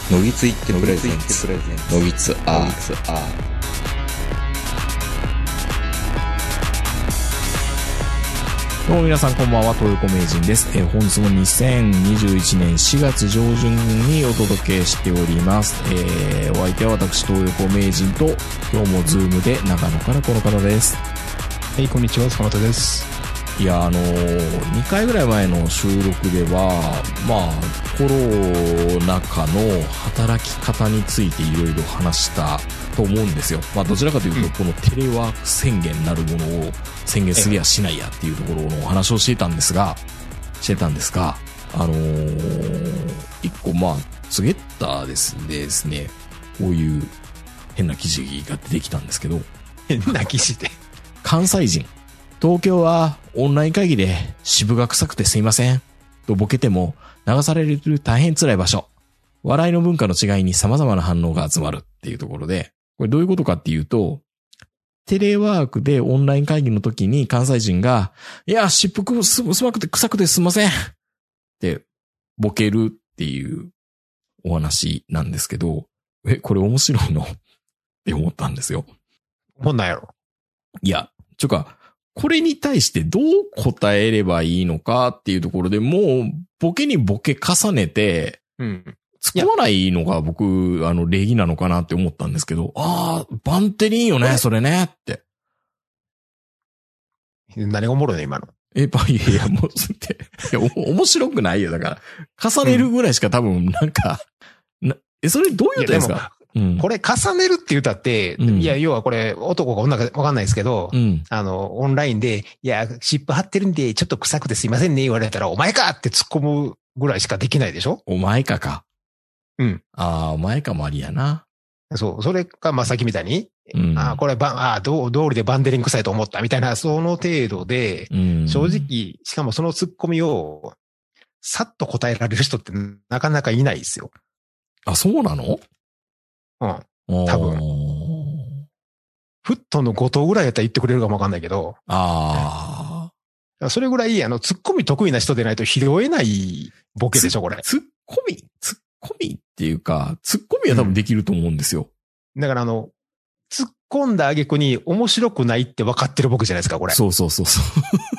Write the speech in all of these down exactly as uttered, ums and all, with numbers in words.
のぎついってプレゼンツのぎつアーどうも皆さんこんばんは、東横名人です。えー、本日もにせんにじゅういちねんしがつ上旬にお届けしております。えー、お相手は私東横名人と、今日もズームで長野からこの方です。 はい、こんにちは、坂本です。 いや、あのー、にかいぐらい前の収録では、まあ、コロナ禍の働き方についていろいろ話したと思うんですよ。まあ、どちらかというと、うん、このテレワーク宣言なるものを宣言すりゃしないやっていうところのお話をしていたんですが、してたんですが、あのー、一個、まあ、ツゲッターですですね、こういう変な記事が出てきたんですけど、 変な記事で関西人。東京はオンライン会議で渋が臭くてすいませんとボケても流される大変辛い場所。笑いの文化の違いに様々な反応が集まるっていうところで、これどういうことかっていうと、テレワークでオンライン会議の時に関西人が、いや、湿布すまくて臭くてすいませんってボケるっていうお話なんですけど、え、これ面白いのって思ったんですよ。 もんなんやろ。 いや、ちょか、これに対してどう答えればいいのかっていうところでもう、ボケにボケ重ねて、うん。突っ込まないのが僕、あの、礼儀なのかなって思ったんですけど、ああ、バンテリンよね、それね、って。 何がおもろいね、今の。 え、ば、いやいや、もう、って、いや、面白くないよ、だから。重ねるぐらいしか多分、なんか、うん、なえ、それどういうことですか？ うん、これ重ねるって言ったって、うん、いや、要はこれ男か女かわかんないですけど、うん、あの、オンラインで、いや、湿布貼ってるんで、ちょっと臭くてすいませんね、言われたら、お前かって突っ込むぐらいしかできないでしょ？ お前かか。 うん。 ああ、お前かもありやな。 そう。それか、まあ、さっきみたいに、うん、ああ、これば、ああ、どう、通りでバンデリン臭いと思ったみたいな、その程度で、うん、正直、しかもその突っ込みを、さっと答えられる人ってなかなかいないですよ。 あ、そうなの？ うん。多分。フットのご頭ぐらいやったら言ってくれるかもわかんないけど。 ああ。それぐらい、あの、突っ込み得意な人でないと拾えないボケでしょ、これ。 突っ込み突っ込みっていうか、突っ込みは多分できると思うんですよ。 うん、だからあの、突っ込んだ挙句に面白くないって分かってる僕じゃないですか、これ。 そうそうそうそう。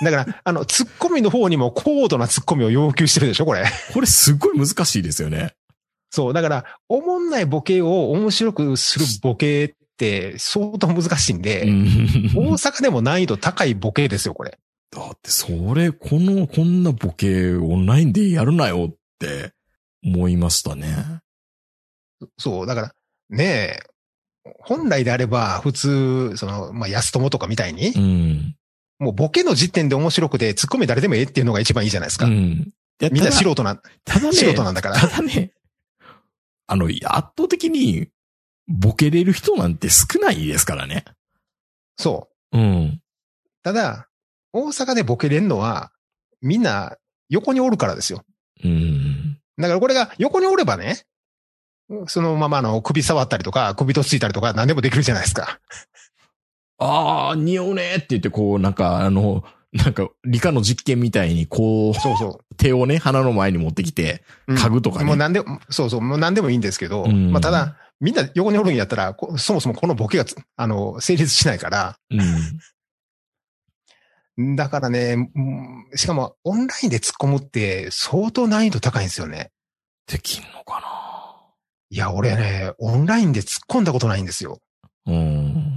だから、あの、突っ込みの方にも高度な突っ込みを要求してるでしょ、これ。 これすっごい難しいですよね。 そう。だから、おもんないボケを面白くするボケって相当難しいんで、大阪でも難易度高いボケですよ、これ。 だって、それ、この、こんなボケオンラインでやるなよって思いましたね。 そう。だから、ねえ、本来であれば、普通、その、まあ、安友とかみたいに、うん、もうボケの時点で面白くて、ツッコミ誰でもええっていうのが一番いいじゃないですか。うん、みんな素人な、 ただね、 素人なんだから。 ただね、あの、圧倒的に、ボケれる人なんて少ないですからね。 そう。 うん。 ただ、大阪でボケれんのは、みんな横におるからですよ。 うん。 だからこれが横におればね、そのままの首触ったりとか、首とついたりとか何でもできるじゃないですか。 ああ、匂うねって言って、こう、なんか、あの、なんか、理科の実験みたいに、こう、 そうそう。 手をね、鼻の前に持ってきて、嗅ぐとかね。 うん、もう何でも、そうそう、もう何でもいいんですけど、うん、まあ、ただ、みんな横におるんやったら、そもそもこのボケが、あの、成立しないから。うん。だからね、しかも、オンラインで突っ込むって、相当難易度高いんですよね。 できんのかないや、俺ね、オンラインで突っ込んだことないんですよ。 うん。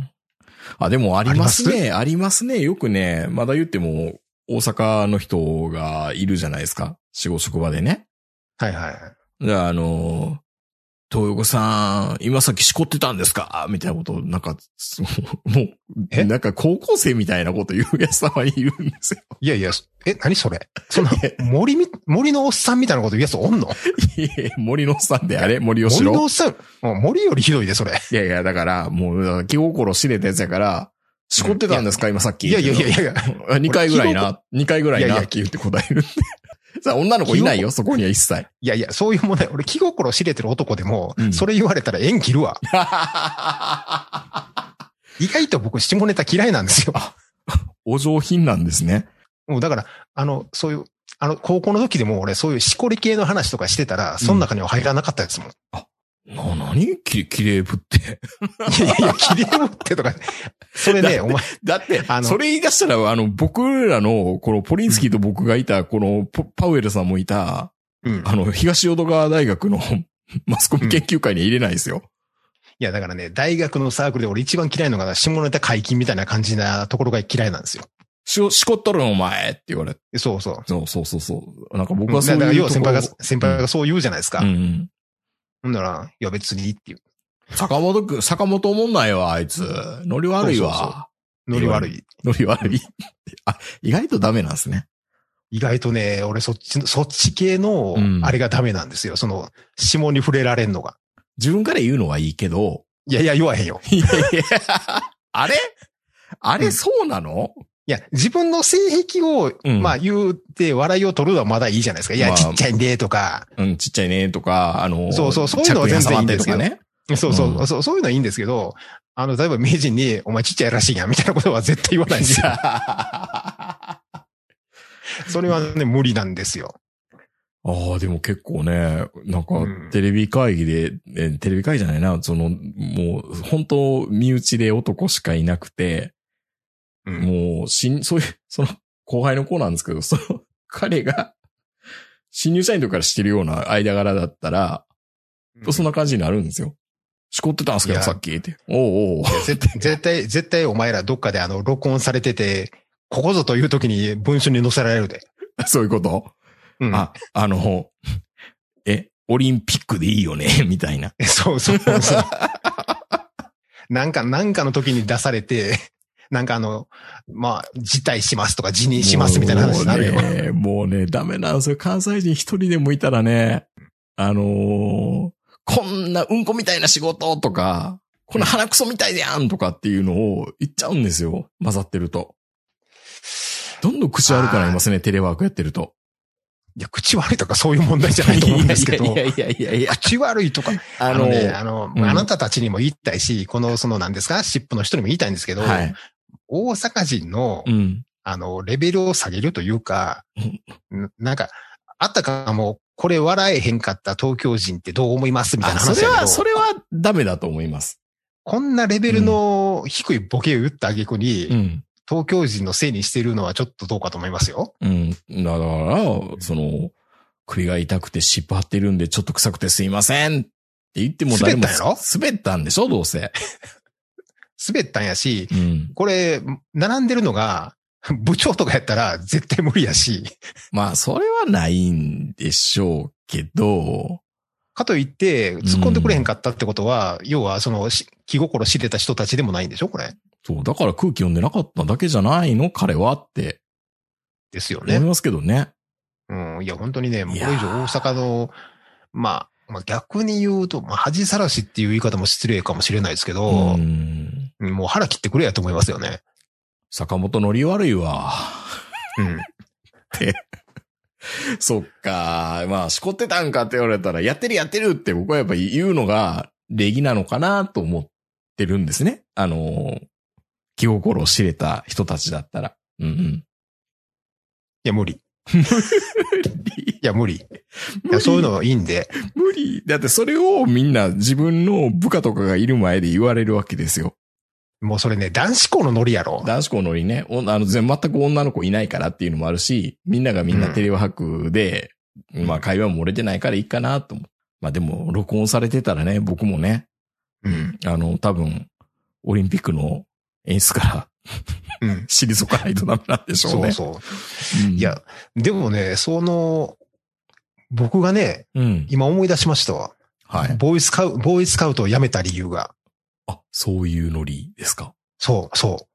あ、でもありますね。ありますね。よくね、まだ言っても大阪の人がいるじゃないですか。仕事職場でね。 はいはい。 じゃあ、あの、東横さん、今さっきしこってたんですかみたいなことを、なんか、もう、なんか高校生みたいなこと言うやつはいるんですよ。 いやいや、え、何それそんな、森み、森のおっさんみたいなこと言うやつおんの？ いや森のおっさんであれ森吉郎森のおっさん、森よりひどいで、それ。 いやいや、だから、もう、気心知れたやつやから、しこってたんですか今さっき。 いやいやいやいやにかいぐらいな、にかいぐらいなって言って答える。さあ、女の子いないよ、そこには一切。 いやいや、そういうもんね。俺、気心知れてる男でも、うん、それ言われたら縁切るわ。意外と僕、下ネタ嫌いなんですよ。 お上品なんですね。 もうだから、あの、そういう、あの、高校の時でも俺、そういうしこり系の話とかしてたら、その中には入らなかったですもん。うん、 あ、 な、なにき、きれいぶって。 いやいや、きれいぶってとか、それね、お前。 だって、あの、それ言い出したら、あの、僕らの、このポリンスキーと僕がいた、この、パウエルさんもいた、うん、あの、東淀川大学のマスコミ研究会に入れないですよ。うん、いや、だからね、大学のサークルで俺一番嫌いなのが、下ネタ解禁みたいな感じなところが嫌いなんですよ。 し、しこっとるのお前って言われて。 そうそう。 そうそうそうそう。なんか僕はそういうところ。 だから要は先輩が、先輩がそう言うじゃないですか。 うん。うんほんなら、いや別にっていう。 坂本くん、坂本おもんないわ、あいつ。ノリ悪いわ。そうそうそうノリ悪い。 ノリ悪い。あ、意外とダメなんですね。 意外とね、俺そっち、そっち系の、あれがダメなんですよ。うん、その、下に触れられんのが。 自分から言うのはいいけど。 いやいや、言わへんよ。 いやいや、あれあれ、うん、そうなのいや、自分の性癖を、うん、まあ言うて笑いを取るのはまだいいじゃないですか。いや、まあ、ちっちゃいねとか。 うん、ちっちゃいねとか、あの、 そうそう、そういうのは全然いいんですけどね。そうそう、うん、そう、そういうのはいいんですけど、あの、例えば名人に、お前ちっちゃいらしいやん、みたいなことは絶対言わないんですよ。それはね、無理なんですよ。 ああ、でも結構ね、なんか、テレビ会議で、うん、テレビ会議じゃないな、その、もう、本当身内で男しかいなくて、うん、もう、しん、そういう、その、後輩の子なんですけど、その、彼が、新入社員とかからしてるような間柄だったら、うん、そんな感じになるんですよ。しこってたんすけど、さっきって。おうおう。 絶対、絶対お前らどっかであの、録音されてて、ここぞという時に文書に載せられるで。 そういうこと、うん、あ、あの、え、オリンピックでいいよね、みたいな。 そうそうそう。なんか、なんかの時に出されて、なんかあの、まあ、辞退しますとか辞任しますみたいな話になるよ。 もうね、もうね、ダメなんですよ。関西人一人でもいたらね、あのー、こんなうんこみたいな仕事とか、こんな鼻くそみたいやんとかっていうのを言っちゃうんですよ。混ざってると。どんどん口悪くなりますね、テレワークやってると。 いや、口悪いとかそういう問題じゃないと思うんですけど。 いやいやいやいや口悪いとか。あのね、あの、うん、あなたたちにも言いたいし、この、その何ですか、シップの人にも言いたいんですけど、はい、大阪人の、うん、あの、レベルを下げるというか、うん、なんか、あったかも、これ笑えへんかった東京人ってどう思いますみたいな話だけど。 それは、それはダメだと思います。 こんなレベルの低いボケを言った挙句に、うん、東京人のせいにしてるのはちょっとどうかと思いますよ。 うん。だから、その、首が痛くて湿布張ってるんでちょっと臭くてすいませんって言っても誰も。 滑ったんやろ？ 滑ったんでしょどうせ。 滑ったんやし、うん、これ、並んでるのが、部長とかやったら絶対無理やし。 まあ、それはないんでしょうけど。 かといって、突っ込んでくれへんかったってことは、うん、要は、その、気心知れた人たちでもないんでしょこれ。 そう、だから空気読んでなかっただけじゃないの彼はって。 ですよね。 思いますけどね。 うん、いや、本当にね、もうこれ以上大阪の、まあ、まあ逆に言うと、まあ恥さらしっていう言い方も失礼かもしれないですけど、うん、もう腹切ってくれやと思いますよね。 坂本ノリ悪いわ。うん。って。そっか。まあ、しこってたんかって言われたら、やってるやってるって僕はやっぱ言うのが礼儀なのかなと思ってるんですね。あの、気心を知れた人たちだったら。うんうん。いや、無理。無理。いや、無理。いや、そういうのはいいんで。 無理。だってそれをみんな自分の部下とかがいる前で言われるわけですよ。 もうそれね、男子校のノリやろ。 男子校のノリね。あの、全く女の子いないからっていうのもあるし、みんながみんなテレワークで、うん、まあ会話も漏れてないからいいかなと思う。まあでも、録音されてたらね、僕もね、うん、あの、多分、オリンピックの演出から、うん、退かないとダメなんでしょうね。 そうそう。うん、いや、でもね、その、僕がね、うん、今思い出しましたわ。はい。ボーイスカウト、ボーイスカウトを辞めた理由が。 あ、そういうノリですか。 そう、そう。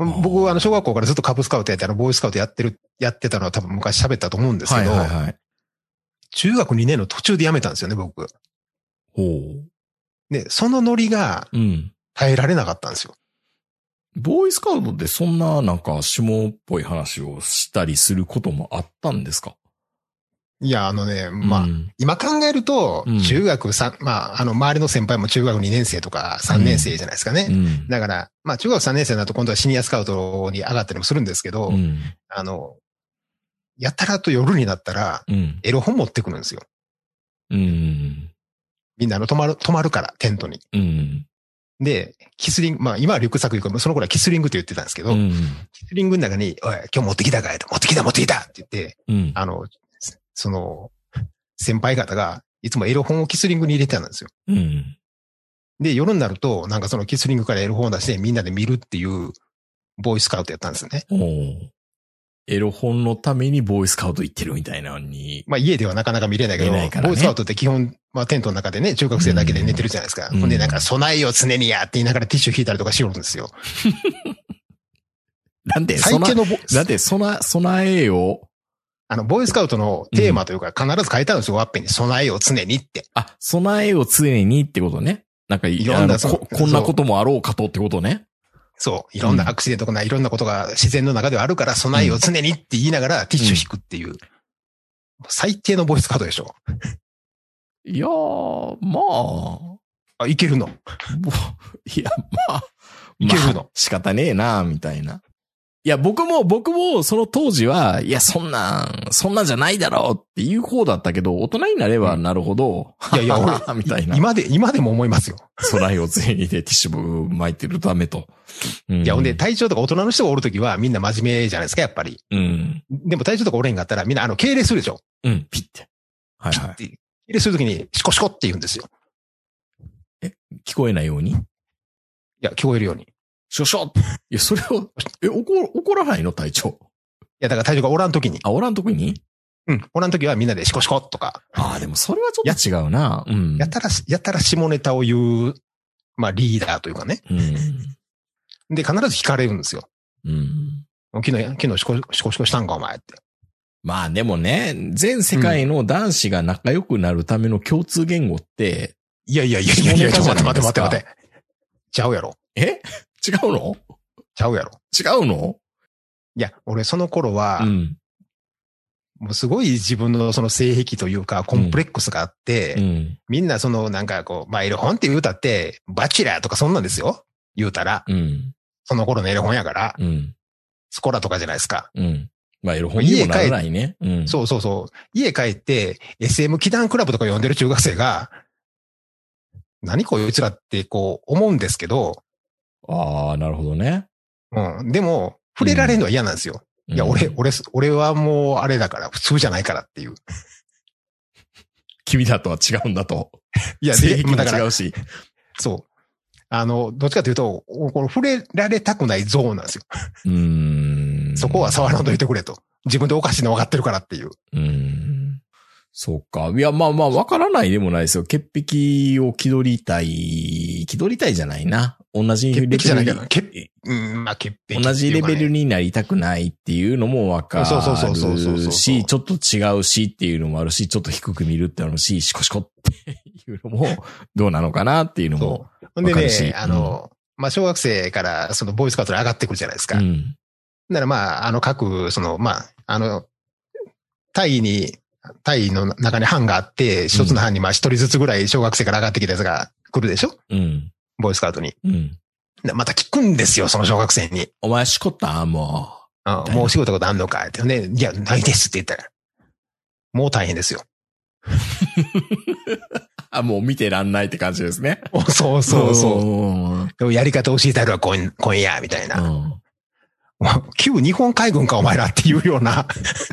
僕はあの小学校からずっとカブスカウトやって、あのボーイスカウトやってる、やってたのは多分昔喋ったと思うんですけど、はいはいはい。中学にねんの途中で辞めたんですよね、僕。ほう。で、そのノリが、耐えられなかったんですよ。 うん、ボーイスカウトってそんななんか下っぽい話をしたりすることもあったんですか？ いや、あのね、まあ、うん、今考えると、中学さん、うん、まあ、あの、周りの先輩も中学にねん生とかさんねん生じゃないですかね。うん、だから、まあ、中学さんねん生だと今度はシニアスカウトに上がったりもするんですけど、うん、あの、やたらと夜になったら、エロ本持ってくるんですよ。うん、 みんなあの泊まる、泊まるから、テントに。 うん。 で、キスリング、まあ今はリュックサックいうか、その頃はキスリングって言ってたんですけど、うん、キスリングの中に、おい、今日持ってきたかいと、持ってきた持ってきたって言って、うん、あの、その、先輩方が、いつもエロ本をキスリングに入れてたんですよ。うん、で、夜になると、なんかそのキスリングからエロ本を出してみんなで見るっていう、ボーイスカウトやったんですよね。 おエロ本のためにボーイスカウト行ってるみたいなのに。 まあ家ではなかなか見れないけど、ね、ボーイスカウトって基本、まあテントの中でね、中学生だけで寝てるじゃないですか。ほ、うんで、なんか備えを常にやって言いながらティッシュ引いたりとかしよるんですよ。 なんで、最低のボ、なんで、備、備えを、 あの、ボーイスカウトのテーマというか必ず書いてあるんですよ、ワッペンに。備えを常にって。 あ、備えを常にってことね。なんかいろんなこ、こんなこともあろうかとってことね。 そう。いろんなアクシデントとかない、いろんなことが自然の中ではあるから、備えを常にって言いながらティッシュ引くっていう。うん、最低のボイスカードでしょ。 いやー、まあ。あ、いけるのいや、まあ。 いけるの、まあ、 仕方ねえなみたいな。いや、僕も、僕も、その当時は、いや、そんなん、そんなんじゃないだろうっていう方だったけど、大人になればなるほど、 うん、いやいや、俺、みたいな。今で、今でも思いますよ。 備えを常にでティッシュ巻いてるためと。 うん、いや、ほんで、隊長とか大人の人がおるときはみんな真面目じゃないですか、やっぱり。うん。でも隊長とかおれんかったらみんなあの、敬礼するでしょ。 うん、ピッて。はいはい。 ピッて敬礼するときに、シコシコって言うんですよ。 え、聞こえないように？いや、聞こえるように。 ショショッいや、それを、え、怒、怒らないの隊長。いや、だから隊長がおらんときに。 あ、おらんときに？ うん。おらんときはみんなでシコシコとか。 ああ、でもそれはちょっと違うな。うん。 やたら、やたら下ネタを言う、まあリーダーというかね。うん。で、必ず惹かれるんですよ。うん。昨日、昨日シコシコシコしたんかお前って。 まあでもね、全世界の男子が仲良くなるための共通言語って、 うん、いやいやいやいやいや、ちょっと待って待って待って待って。ちゃうやろ。 え違うの？ ちゃうやろ。 違うの？ いや、俺その頃は、うん、もうすごい自分のその性癖というか、コンプレックスがあって、うん、みんなそのなんかこう、まあエロ本って言うたって、バチェラーとかそんなんですよ。言うたら。うん、その頃のエロ本やから、うん、スコラとかじゃないですか。うん、 まあエロ本にもならないね。 うん、そうそうそう。家帰って、エスエム 祈願クラブとか呼んでる中学生が、何こいつらってこう思うんですけど、 ああ、なるほどね。 うん。でも、触れられるのは嫌なんですよ。うん、いや、俺、俺、俺はもうあれだから、普通じゃないからっていう。 君だとは違うんだと。 いや、 性癖も違うし。 そう。あの、どっちかというと、この触れられたくないゾーンなんですよ。うーん。そこは触らんといてくれと。自分でおかしいの分かってるからっていう。 うーん。そうか。いや、まあまあ、わからないでもないですよ。潔癖を気取りたい。気取りたいじゃないな。同じレベルに。 潔癖じゃないけど、潔、うん、まあ潔癖、ね。 同じレベルになりたくないっていうのもわかるし、そうそうそうそうそうし、ちょっと違うしっていうのもあるし、ちょっと低く見るってあるし、シコシコっていうのもどうなのかなっていうのもわかるし。 でね、あの、うん、まあ小学生からそのボーイスカウトに上がってくるじゃないですか。うん。ならまあ、あの各、その、まあ、あの、隊に、隊の中に班があって、一つの班にまあ一人ずつぐらい小学生から上がってきたやつが来るでしょ？うん。ボーイスカウトに。うん。また聞くんですよ、その小学生に。 お前しこったもう。あもう仕事ことあんのかって。ね、いや、ないですって言ったら。もう大変ですよ。 あ、もう見てらんないって感じですね。 そうそうそう。でもやり方教えてあるわ、今夜、みたいな。うん、旧日本海軍か、お前らっていうような。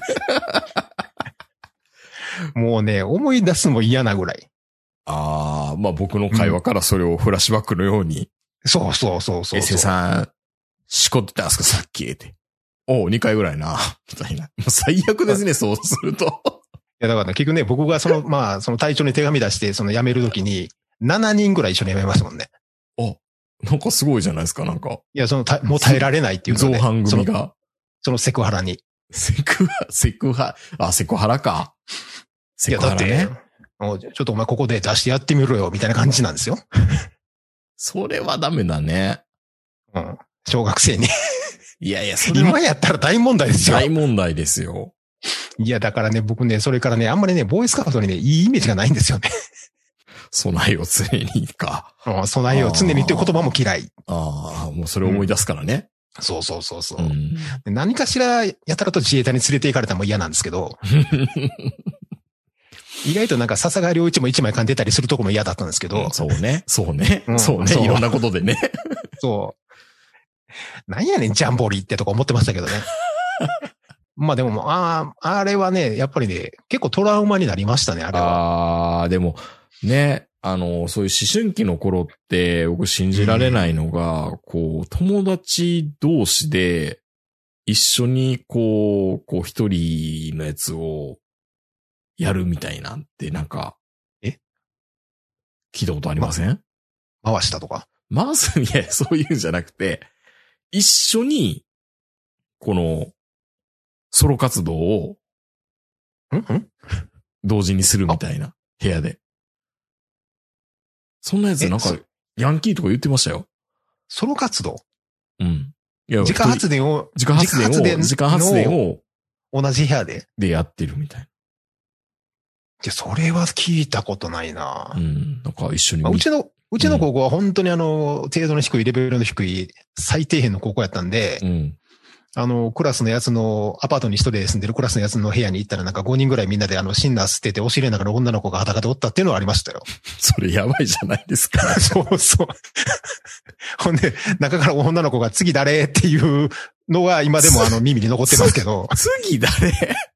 もうね、思い出すのも嫌なぐらい。 ああ、まあ僕の会話からそれをフラッシュバックのように。 うん、そうそうそうそう。 エセさん、しこってたんすか、さっきって。おう、にかいぐらいな。みたいな。もう最悪ですね、そうすると。いや、だからね、結局ね、僕がその、まあ、その隊長に手紙出して、その辞めるときに、しちにんぐらい一緒に辞めますもんね。 あ、なんかすごいじゃないですか、なんか。 いや、その、もう耐えられないっていうので。造反組が。 その、そのセクハラに。 セクハ、セクハ、あ、セクハラか。 セクハラね。いや、だって、ちょっとお前ここで出してやってみろよ、みたいな感じなんですよ。 それはダメだね。 うん。小学生に。 いやいや、それは今やったら大問題ですよ。 大問題ですよ。 いや、だからね、僕ね、それからね、あんまりね、ボーイスカウトにね、いいイメージがないんですよね。 備えを常にか。 うん、備えを常にっていう言葉も嫌い。 ああ、もうそれを思い出すからね。 うん、そうそうそうそう、うん。何かしらやたらと自衛隊に連れて行かれたらも嫌なんですけど。 意外となんか笹川良一も一枚噛んでたりするとこも嫌だったんですけど。 うん、そうね。そうね。 うん、 そうね。いろんなことでね。 そう。なんやねん、ジャンボリーってとか思ってましたけどね。まあでも、ああ、あれはね、やっぱりね、結構トラウマになりましたね、あれは。 ああ、でも、ね、あの、そういう思春期の頃って、僕信じられないのが、うん、こう、友達同士で、一緒に、こう、こう、一人のやつを、やるみたいなんて、なんか、 え聞いたことありません？ ま、回したとか回す、いや、そういうんじゃなくて、一緒に、この、ソロ活動を、 んん同時にするみたいな、部屋で。そんなやつなんか、ヤンキーとか言ってましたよ。 ソロ活動？ うん。いや、 自家発電を、 自家発電を、自家発電を、 同じ部屋ででやってるみたいな。 いや、それは聞いたことないな。 うん。なんか一緒に、 まあ。うちの、うちの高校は本当にあの、程度の低い、レベルの低い、最底辺の高校やったんで、 うん。 あの、クラスのやつの、アパートに一人で住んでるクラスのやつの部屋に行ったらなんかごにんぐらいみんなであの、シンナー捨てて、お尻の中の女の子が裸でおったっていうのはありましたよ。 それやばいじゃないですか。 そうそう。ほんで、中から女の子が次誰っていうのが今でもあの耳に残ってますけど。 次誰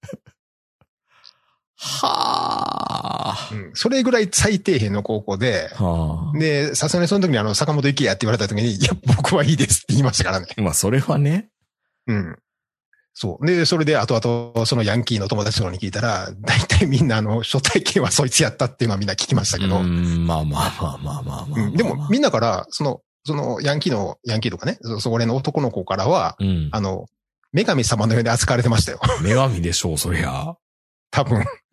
はあ、 うん。それぐらい最底辺の高校で、はあ、で、さすがにその時にあの、坂本行けやって言われた時に、いや、僕はいいですって言いましたからね。 まあ、それはね。 うん。そう。で、それで後々、そのヤンキーの友達とかに聞いたら、大体みんなあの、初体験はそいつやったっていうのはみんな聞きましたけど。 うん、まあまあまあまあまあまあ、まあうん。でも、みんなから、その、その、ヤンキーの、ヤンキーとかね、それの男の子からは、うん、あの、女神様のように扱われてましたよ。 女神でしょう、そりゃ。 多分。 うん。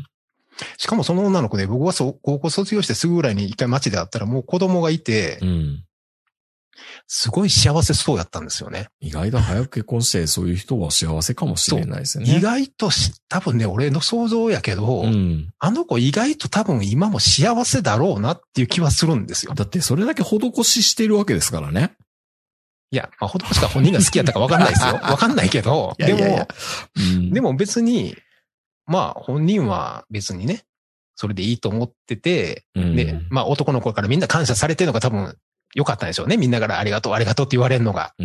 しかもその女の子ね、僕はそう、高校卒業してすぐぐらいに一回街で会ったらもう子供がいて、うん。すごい幸せそうやったんですよね。 意外と早く結婚して、そういう人は幸せかもしれないですね。 意外とし、多分ね、俺の想像やけど、うん、あの子意外と多分今も幸せだろうなっていう気はするんですよ。 だってそれだけ施ししてるわけですからね。 いや、まあ、施しか本人が好きやったか分かんないですよ。分かんないけど、いやいやいやでも、うん、でも別に、まあ本人は別にね、それでいいと思ってて、うん、で、まあ男の子からみんな感謝されてるのが多分良かったんでしょうね。みんなからありがとう、ありがとうって言われるのが。うん、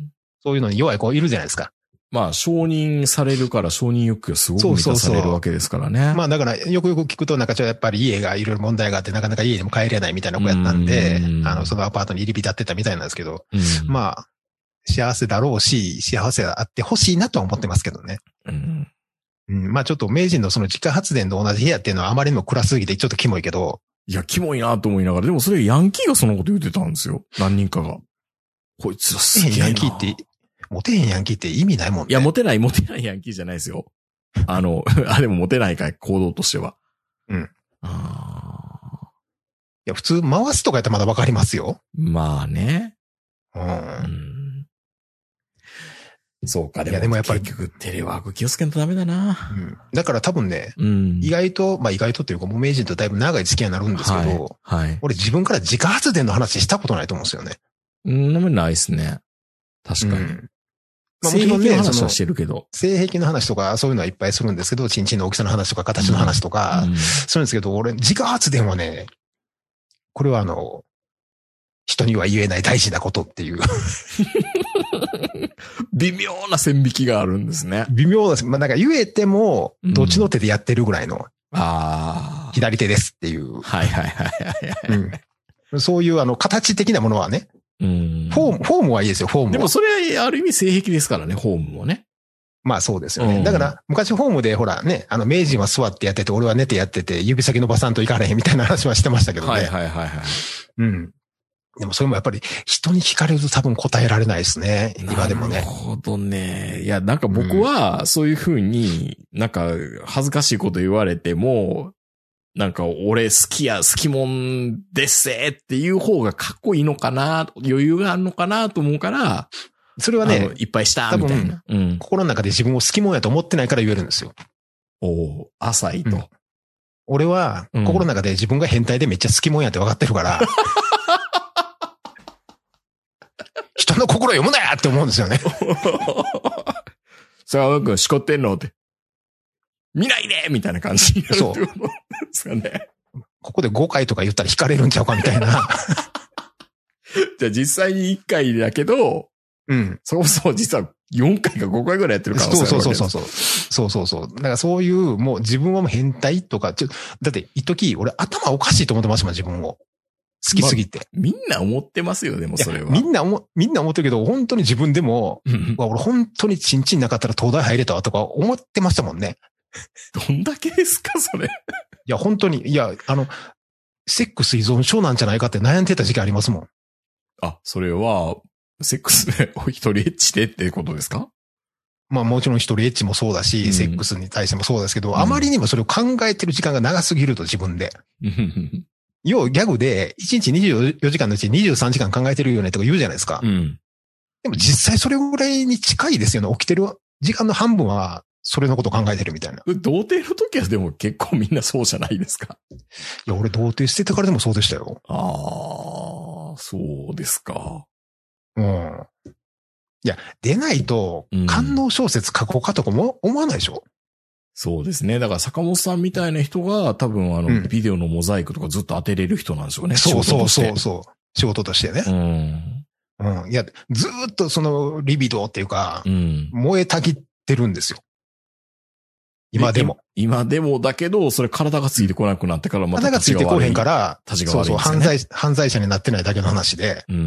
そういうのに弱い子いるじゃないですか。 まあ承認されるから承認欲求がすごく満たされるわけですからね。そうそうそう。 まあだからよくよく聞くとなんかちょっとやっぱり家がいろいろ問題があってなかなか家にも帰れないみたいな子やったんで、うん、あのそのアパートに入り浸ってたみたいなんですけど、うん、まあ幸せだろうし、幸せあってほしいなとは思ってますけどね。うんうん、まあちょっと名人のその自家発電と同じ部屋っていうのはあまりにも暗すぎてちょっとキモいけど。 いや、キモいなと思いながら、でもそれヤンキーがそのこと言ってたんですよ。何人かが。こいつらすげえな。 ヤンキーって、モテへんヤンキーって意味ないもんね。 いや、モテない、モテないヤンキーじゃないですよ。あの、あ、でもモテないかい、行動としては。 うん。あいや、普通回すとかやったらまだわかりますよ。 まあね。 うん。うんそうか、でも、 いやでもやっぱり結局テレワーク気をつけんとダメだな。 うん。だから多分ね、 うん、 意外と、まあ意外とっていうか、もう名人とだいぶ長い付き合いになるんですけど、 はい。はい、 俺自分から自家発電の話したことないと思うんですよね。 うん、ないですね。確かに。うん、 まあもちろんね、 性癖の話はしてるけど。 性癖の話とかそういうのはいっぱいするんですけど、チンチンの大きさの話とか形の話とか、うん、するんですけど、俺自家発電はね、これはあの、人には言えない大事なことっていう。 微妙な線引きがあるんですね。 微妙です。まあ、なんか言えても、どっちの手でやってるぐらいの。うん、 ああ。 左手ですっていう。 はいはいはいはい、 うん。そういうあの、形的なものはね。 うん。 フォーム、フォームはいいですよ、フォームは。 でもそれはある意味性癖ですからね、フォームもね。 まあそうですよね。うん、だから、昔フォームでほらね、あの、名人は座ってやってて、俺は寝てやってて、指先伸ばさんといかれへんみたいな話はしてましたけどね。 はいはいはいはい。 うん。でもそれもやっぱり人に聞かれると多分答えられないですね。今でもね。 なるほどね。いや、なんか僕はそういうふうになんか恥ずかしいこと言われても、なんか俺好きや、好きもんですっていう方がかっこいいのかな、余裕があるのかなと思うから、 それはね、 いっぱいしたみたいな、 うん。心の中で自分を好きもんやと思ってないから言えるんですよ。 おお、浅いと。 うん、俺は心の中で自分が変態でめっちゃ好きもんやって分かってるから、人の心読むなやって思うんですよね。 さあ、くん、しこってんのって。 見ないでみたいな感じになるってことですかね。 ここでごかいとか言ったら引かれるんちゃうかみたいな。 じゃあ実際にいっかいだけど、 うん。 そもそも実はよんかいかごかいぐらいやってる可能性あるそうわけです。 そうそうそう。そうそうそう。だからそういう、もう自分はもう変態とか、ちょだって一時俺頭おかしいと思ってましたもん、自分を。好きすぎて。 まあ、みんな思ってますよ、でもそれは。 みんな思、みんな思ってるけど、本当に自分でも、俺本当にチンチンなかったら東大入れたわとか思ってましたもんね。 どんだけですか、それ。いや、本当に、いや、あの、セックス依存症なんじゃないかって悩んでた時期ありますもん。 あ、それは、セックスでお一人エッチでってことですか？ まあもちろん一人エッチもそうだし、うん、セックスに対してもそうですけど、うん、あまりにもそれを考えてる時間が長すぎると自分で。要はギャグでいちにちにじゅうよじかんのうちにじゅうさんじかん考えてるよねとか言うじゃないですか。うん、でも実際それぐらいに近いですよね。起きてる時間の半分はそれのことを考えてるみたいな。 童貞の時はでも結構みんなそうじゃないですか。 いや、俺童貞捨ててからでもそうでしたよ。 ああ、そうですか。 うん。いや、出ないと、官能小説書こうかとかも思わないでしょ、うん、 そうですね。だから坂本さんみたいな人が多分あの、うん、ビデオのモザイクとかずっと当てれる人なんでしょうね。 そうそうそうそう。仕事としてね。 うん。 うん。いや、ずーっとそのリビドーっていうか、うん、燃えたぎってるんですよ。今でも。 今でもだけど、それ体がついてこなくなってからまた立ちが悪い。体がついてこへんから、 立ちが悪い、ね。 そうそう、犯罪、犯罪者になってないだけの話で。 うん。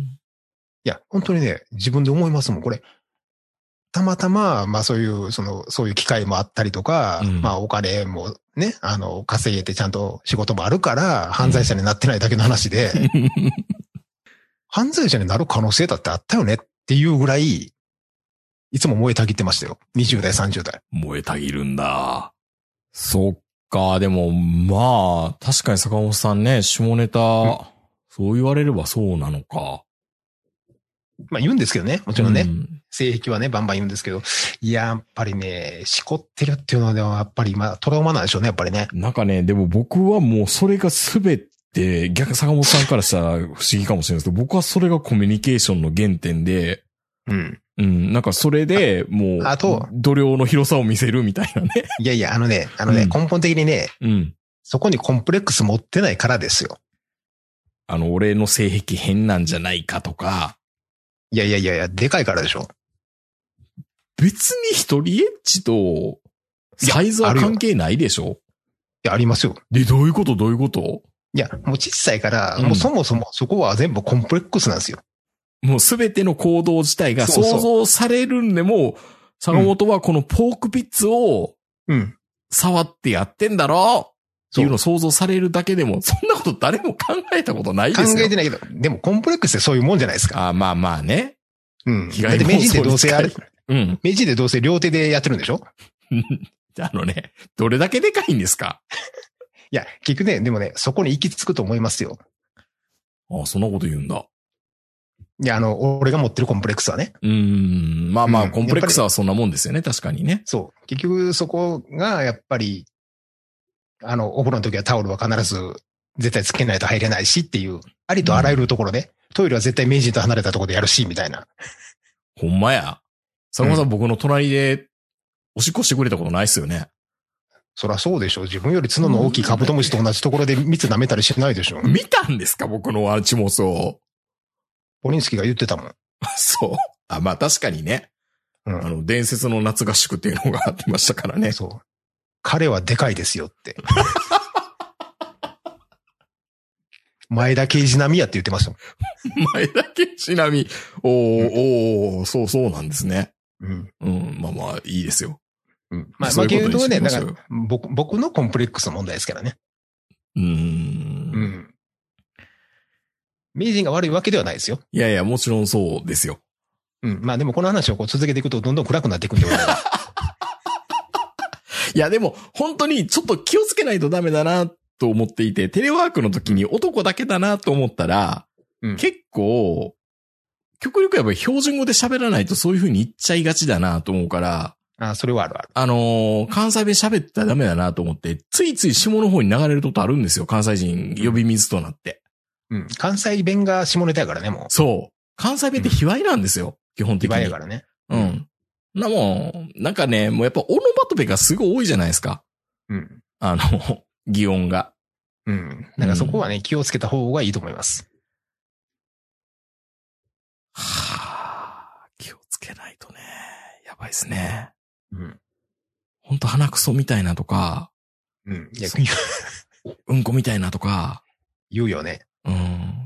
いや、本当にね、自分で思いますもん、これ。たまたま、まあそういう、その、そういう機会もあったりとか、うん、まあお金もね、あの、稼げてちゃんと仕事もあるから、犯罪者になってないだけの話で、うん、犯罪者になる可能性だってあったよねっていうぐらい、いつも燃えたぎってましたよ。にじゅう代、さんじゅう代。 燃えたぎるんだ。そっか、でも、まあ、確かに坂本さんね、下ネタ、うん、そう言われればそうなのか。 まあ言うんですけどね。もちろんね。うん、性癖はね、バンバン言うんですけど。いや、やっぱりね、しこってるっていうのは、やっぱり今、トラウマなんでしょうね、やっぱりね。 なんかね、でも僕はもうそれがすべて、逆坂本さんからしたら不思議かもしれないですけど、僕はそれがコミュニケーションの原点で、 うん。 うん。なんかそれで、もう、 あと、 度量の広さを見せるみたいなね。 いやいや、あのね、あのね、うん、根本的にね、 うん。 そこにコンプレックス持ってないからですよ。 あの、俺の性癖変なんじゃないかとか。 いやいやいやいや、でかいからでしょ。 別に一人エッチと、サイズは関係ないでしょ？ いや、ありますよ。 で、どういうことどういうこと？ いや、もう小さいから、うん、もうそもそもそこは全部コンプレックスなんですよ。 もうすべての行動自体が想像されるんでも、坂本はこのポークピッツを、触ってやってんだろうっていうのを想像されるだけでも、そんなこと誰も考えたことないですよ。 考えてないけど、でもコンプレックスってそういうもんじゃないですか。 あまあまあね。 うん。だって名人でどうせあれ、うん。名人でどうせ両手でやってるんでしょあのね、どれだけでかいんですか？ いや、結局ね、でもね、そこに行き着くと思いますよ。 ああ、そんなこと言うんだ。 いや、あの、俺が持ってるコンプレックスはね。 うーん。まあまあ、コンプレックスはそんなもんですよね。確かにね。 そう。結局、そこが、やっぱり、あの、お風呂の時はタオルは必ず、絶対つけないと入れないしっていう、ありとあらゆるところで、うん、トイレは絶対名人と離れたところでやるし、みたいな。 ほんまや。坂本さん、うん、僕の隣で、おしっこしてくれたことないっすよね。 そらそうでしょ。自分より角の大きいカブトムシと同じところで蜜舐めたりしないでしょ。 見たんですか？僕のアンチモスを。 ポリンスキーが言ってたもん。 そう。あ、まあ確かにね。うん。あの、伝説の夏合宿っていうのがあってましたからね。 そう。彼はでかいですよって。前田刑事並みやって言ってましたもん。 前田刑事並み。おー、うん、おー、そうそうなんですね。 うん。 うん。まあまあ、いいですよ。 うん。まあ、まあ、けどね、だから、僕、僕のコンプレックスの問題ですからね。 うーん。 うん。名人が悪いわけではないですよ。 いやいや、もちろんそうですよ。 うん。まあでもこの話をこう続けていくとどんどん暗くなっていくんで。 いやでも本当にちょっと気をつけないとダメだなと思っていて、テレワークの時に男だけだなと思ったら、うん、結構、極力やっぱり標準語で喋らないとそういう風に言っちゃいがちだなと思うから、 ああ、それはあるある。 あのー、関西弁喋ったらダメだなと思って、ついつい下の方に流れることあるんですよ。関西人呼び水となって。 うん。関西弁が下ネタやからね、もう。 そう。関西弁って卑猥なんですよ。うん、基本的に。 卑猥やからね。 うん。 なもん、なんかね、もうやっぱオノマトペがすごい多いじゃないですか。 うん。 あの、擬音が。 うん。なんかそこはね、気をつけた方がいいと思います。 はあ、気をつけないとね。やばいですね。 うん。 ほんと鼻くそみたいなとか。 うん。いや、 うんこみたいなとか。 言うよね。 うん。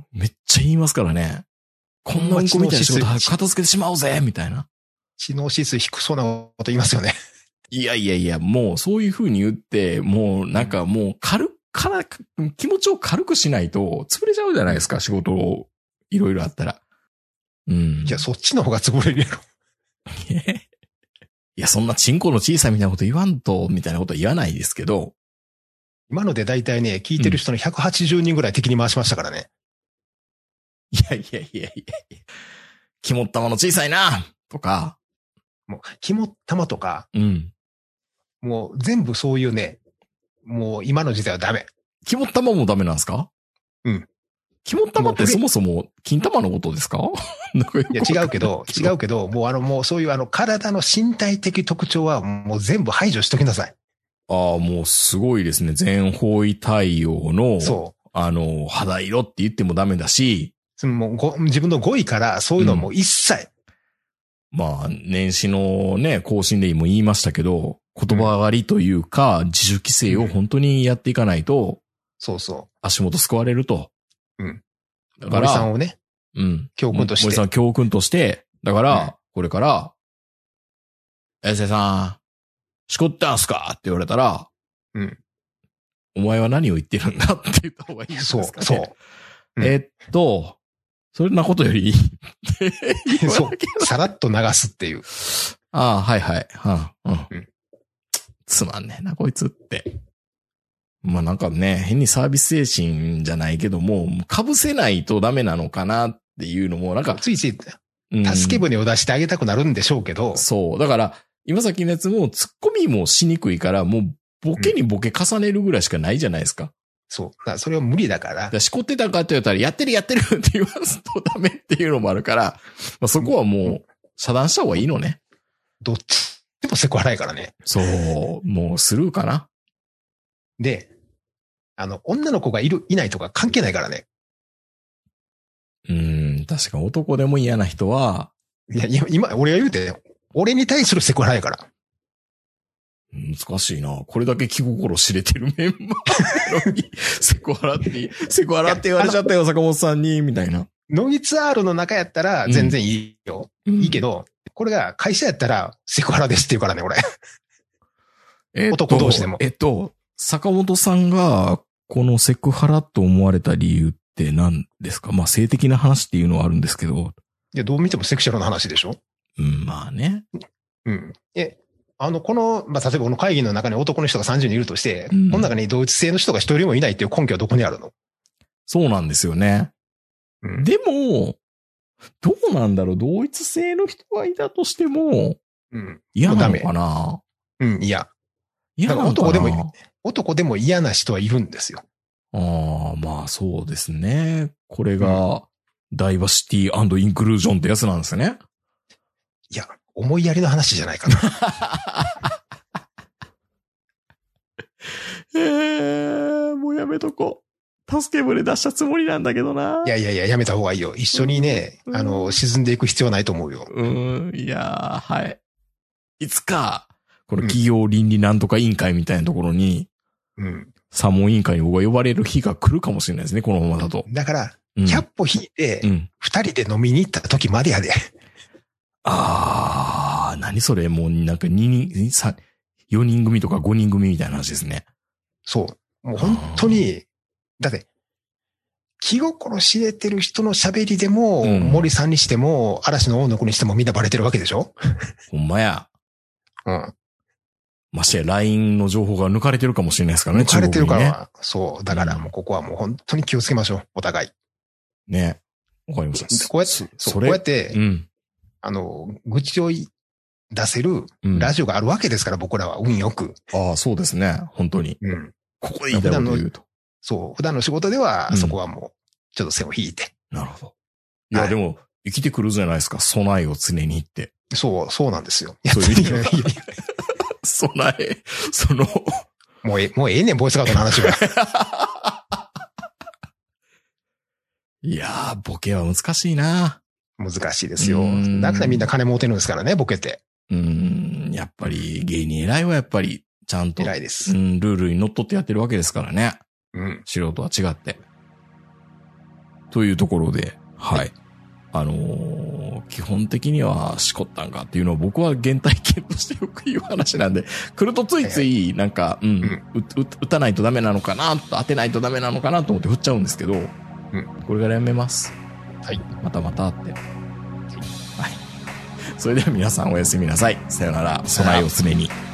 めっちゃ言いますからね。こんなうんこみたいな仕事片付けてしまおうぜみたいな。 知能指数低そうなこと言いますよね。 いやいやいや、もうそういう風に言って、もうなんかもう軽く、から気持ちを軽くしないと潰れちゃうじゃないですか、仕事をいろいろあったら。うん。 いや、そっちの方が潰れるやろ。 いや、そんなチンコの小さいみたいなこと言わんと、みたいなことは言わないですけど。 今ので大体ね、聞いてる人のひゃくはちじゅうにんぐらい敵に回しましたからね。 いやいやいやいや肝っ玉の小さいなとか。 もう、肝っ玉とか。 うん。 もう全部そういうね、もう今の時代はダメ。 肝っ玉もダメなんですか？ うん。 肝っ玉ってそもそも金玉のことですか？ いや違うけど、違うけど、もうあのもうそういうあの体の身体的特徴はもう全部排除しときなさい。 ああ、もうすごいですね。全方位対応の、 そう。 あの、肌色って言ってもダメだし、 もうご自分の語彙からそういうのはもう一切。 うん、まあ、年始のね、更新でも言いましたけど、言葉狩りというか、自主規制を本当にやっていかないと、 そうそう。 足元救われると。 うん。 だから、 森さんをね、 うん。 教訓として。 森さん教訓として、だから、うん、これから、えせさん、しこったんすかって言われたら、 うん。 お前は何を言ってるんだって言った方がいいですかね。 そう、そう。 うん、えっと、そんなことよりそう、さらっと流すっていう。 ああ、はいはい。はあ、うん。 うん、 つまんねえな、こいつって。まあなんかね、変にサービス精神じゃないけども、被せないとダメなのかなっていうのも、なんか。 ついつい、助け舟を出してあげたくなるんでしょうけど。 うん、そう。だから、今さっきのやつも、ツッコミもしにくいから、もう、ボケにボケ重ねるぐらいしかないじゃないですか。うん、 そう。だからそれは無理だから。 だからしこってたかって言ったら、やってるやってるって言わすとダメっていうのもあるから、まあ、そこはもう、遮断した方がいいのね。 どっちでもセクハラいからね。 そう。もうスルーかな。 で、あの、女の子がいる、いないとか関係ないからね。 うーん、確か男でも嫌な人は。 いや、今、俺が言うて、俺に対するセクハラやから。 難しいな。これだけ気心知れてるメンバーなのに、セクハラって、セクハラって言われちゃったよ、坂本さんに、みたいな。 ノギツアールの中やったら全然いいよ。うん、いいけど、これが会社やったらセクハラですって言うからね、俺。えっと、男同士でも。 えっと、坂本さんが、このセクハラと思われた理由って何ですか？まあ、性的な話っていうのはあるんですけど。 いや、どう見てもセクシャルな話でしょ？ うん、まあね。 うん。え、あの、この、まあ、例えばこの会議の中に男の人がさんじゅうにんいるとして、うん、この中に同一性の人が一人もいないっていう根拠はどこにあるの？ そうなんですよね。うん、でも、どうなんだろう？同一性の人がいたとしても、 うん。 嫌なのかな？ うん、嫌。 嫌なのかな？ 男でも、男でも嫌な人はいるんですよ。 ああ、まあそうですね。これが、うん、ダイバーシティ&インクルージョンってやつなんですね。 いや、思いやりの話じゃないかな。 えー、もうやめとこう。助け舟出したつもりなんだけどな。 いやいやいや、やめた方がいいよ。一緒にね、うん、あの、沈んでいく必要はないと思うよ。 うん、いやー、はい。いつか、この企業倫理なんとか委員会みたいなところに、うん。査問委員会に僕が呼ばれる日が来るかもしれないですね、このままだと。 だから、うん、ひゃっぽ引いて、二人で飲みに行った時までやで。 あー、何それ、もうなんかににん、さ、よにん組とかごにん組みたいな話ですね。 そう。もう本当に、だって、気心知れてる人の喋りでも、うん、森さんにしても、嵐の大野くんにしてもみんなバレてるわけでしょ？ ほんまや。 うん。 ましてや ライン の情報が抜かれてるかもしれないですからね、 抜かれてるから、ね、そう。だからもうここはもう本当に気をつけましょう、お互い。 ね。わかりました。 こうやって、そう、そこうやって、うん、あの、愚痴を出せるラジオがあるわけですから、うん、僕らは運よく。 ああ、そうですね。本当に。うん。ここでいいだろうと言うと。 そう。普段の仕事では、そこはもう、ちょっと線を引いて。 うん、なるほど。いや、はい、でも、生きてくるじゃないですか。備えを常にって。 そう、そうなんですよ。 そういう意味で備え、その、 もうえ、もうええねん、ボイスカードの話は。 いやー、ボケは難しいな。 難しいですよ。だからみんな金儲てるんですからね、ボケって。 うーん、やっぱり芸人偉いはやっぱり、ちゃんと。 偉いです。 うん、ルールにのっとってやってるわけですからね。 うん。 素人は違って。というところで、はい。はい、あのー、基本的にはしこったんかっていうのを僕は原体験としてよく言う話なんで、来るとついついなんか、はいはい、うん、うん、打たないとダメなのかな、当てないとダメなのかなと思って振っちゃうんですけど、うん、これからやめます。 はい。 またまたって。はい。はい。それでは皆さんおやすみなさい。さよなら。備えを常に。